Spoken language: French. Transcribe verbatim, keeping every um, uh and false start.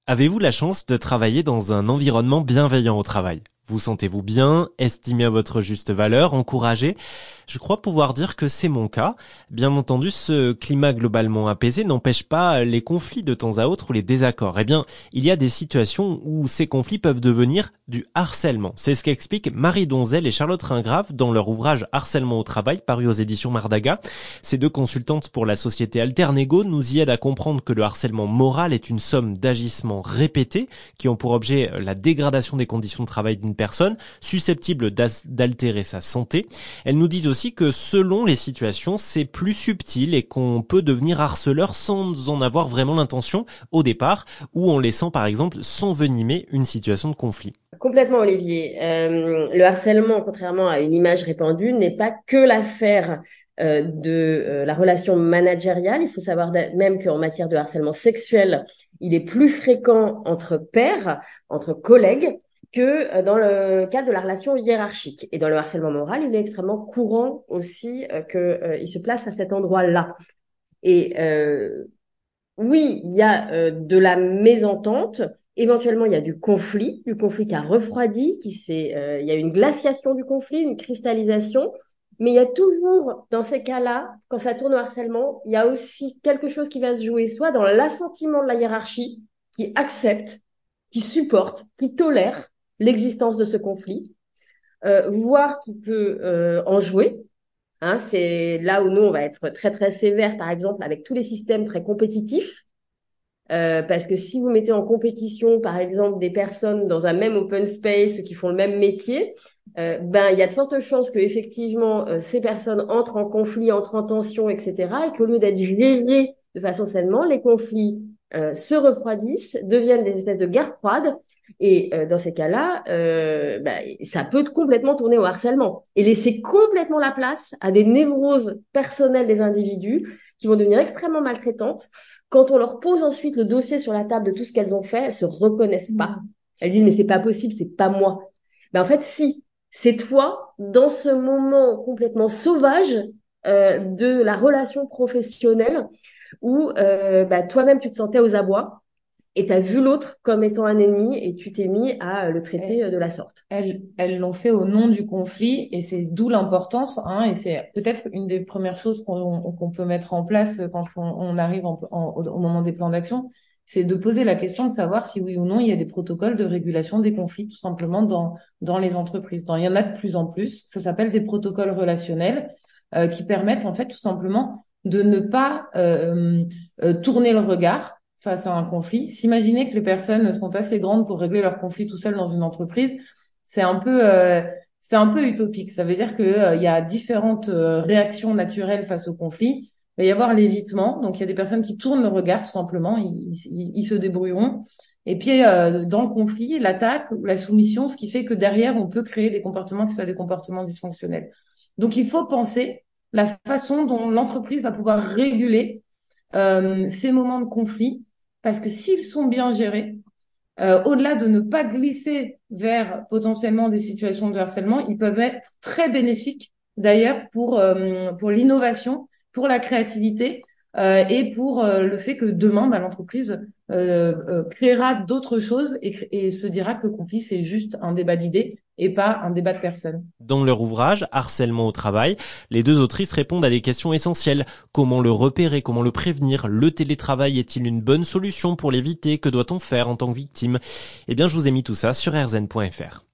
Avez-vous la chance de travailler dans un environnement bienveillant au travail ? Vous sentez-vous bien, estimé à votre juste valeur, encouragé ? Je crois pouvoir dire que c'est mon cas. Bien entendu, ce climat globalement apaisé n'empêche pas les conflits de temps à autre ou les désaccords. Eh bien, il y a des situations où ces conflits peuvent devenir du harcèlement. C'est ce qu'expliquent Marie Donzel et Charlotte Ringrave dans leur ouvrage Harcèlement au travail, paru aux éditions Mardaga. Ces deux consultantes pour la société Alternego nous y aident à comprendre que le harcèlement moral est une somme d'agissements répétés qui ont pour objet la dégradation des conditions de travail d'une personne susceptible d'altérer sa santé. Elles nous disent aussi que selon les situations, c'est plus subtil et qu'on peut devenir harceleur sans en avoir vraiment l'intention au départ ou en laissant par exemple s'envenimer une situation de conflit. Complètement, Olivier. Euh, le harcèlement, contrairement à une image répandue, n'est pas que l'affaire euh, de euh, la relation managériale. Il faut savoir même qu'en matière de harcèlement sexuel, il est plus fréquent entre pairs, entre collègues, que dans le cas de la relation hiérarchique. Et dans le harcèlement moral, il est extrêmement courant aussi euh, qu'il euh, se place à cet endroit-là. Et euh, oui, il y a euh, de la mésentente. Éventuellement, il y a du conflit, du conflit qui a refroidi, qui s'est, euh, il y a une glaciation du conflit, une cristallisation. Mais il y a toujours, dans ces cas-là, quand ça tourne au harcèlement, il y a aussi quelque chose qui va se jouer, soit dans l'assentiment de la hiérarchie, qui accepte, qui supporte, qui tolère l'existence de ce conflit, euh, voire qui peut euh, en jouer. Hein, c'est là où nous, on va être très, très sévère, par exemple, avec tous les systèmes très compétitifs. Euh, parce que si vous mettez en compétition, par exemple, des personnes dans un même open space qui font le même métier, euh, ben il y a de fortes chances que effectivement euh, ces personnes entrent en conflit, entrent en tension, et cetera, et qu'au lieu d'être gérées de façon sainement, les conflits euh, se refroidissent, deviennent des espèces de guerres froides. Et euh, dans ces cas-là, euh, ben, ça peut complètement tourner au harcèlement et laisser complètement la place à des névroses personnelles des individus qui vont devenir extrêmement maltraitantes. Quand on leur pose ensuite le dossier sur la table de tout ce qu'elles ont fait, elles se reconnaissent pas. Elles disent mais c'est pas possible, c'est pas moi. Ben en fait si, c'est toi dans ce moment complètement sauvage euh, de la relation professionnelle où euh, bah, toi-même tu te sentais aux abois et tu as vu l'autre comme étant un ennemi et tu t'es mis à le traiter de la sorte. Elles, elles l'ont fait au nom du conflit et c'est d'où l'importance, hein, et c'est peut-être une des premières choses qu'on qu'on peut mettre en place quand on, on arrive en, en, au moment des plans d'action, c'est de poser la question de savoir si oui ou non il y a des protocoles de régulation des conflits tout simplement dans, dans les entreprises. Dans, il y en a de plus en plus, ça s'appelle des protocoles relationnels euh, qui permettent en fait tout simplement de ne pas euh, euh, tourner le regard face à un conflit. S'imaginer que les personnes sont assez grandes pour régler leur conflit tout seules dans une entreprise, c'est un peu, euh, c'est un peu utopique. Ça veut dire que euh, il y a différentes euh, réactions naturelles face au conflit. Il va y avoir l'évitement. Donc, il y a des personnes qui tournent le regard, tout simplement. Ils, ils, ils se débrouilleront. Et puis, euh, dans le conflit, l'attaque ou la soumission, ce qui fait que derrière, on peut créer des comportements qui soient des comportements dysfonctionnels. Donc, il faut penser la façon dont l'entreprise va pouvoir réguler euh, ces moments de conflit, parce que s'ils sont bien gérés, euh, au-delà de ne pas glisser vers potentiellement des situations de harcèlement, ils peuvent être très bénéfiques d'ailleurs pour euh, pour l'innovation, pour la créativité euh, et pour euh, le fait que demain, bah, l'entreprise euh, euh, créera d'autres choses et, et se dira que le conflit c'est juste un débat d'idées et pas un débat de personnes. Dans leur ouvrage Harcèlement au travail, les deux autrices répondent à des questions essentielles. Comment le repérer, comment le prévenir? Le télétravail est-il une bonne solution pour l'éviter? Que doit-on faire en tant que victime? Eh bien, je vous ai mis tout ça sur r zen point f r.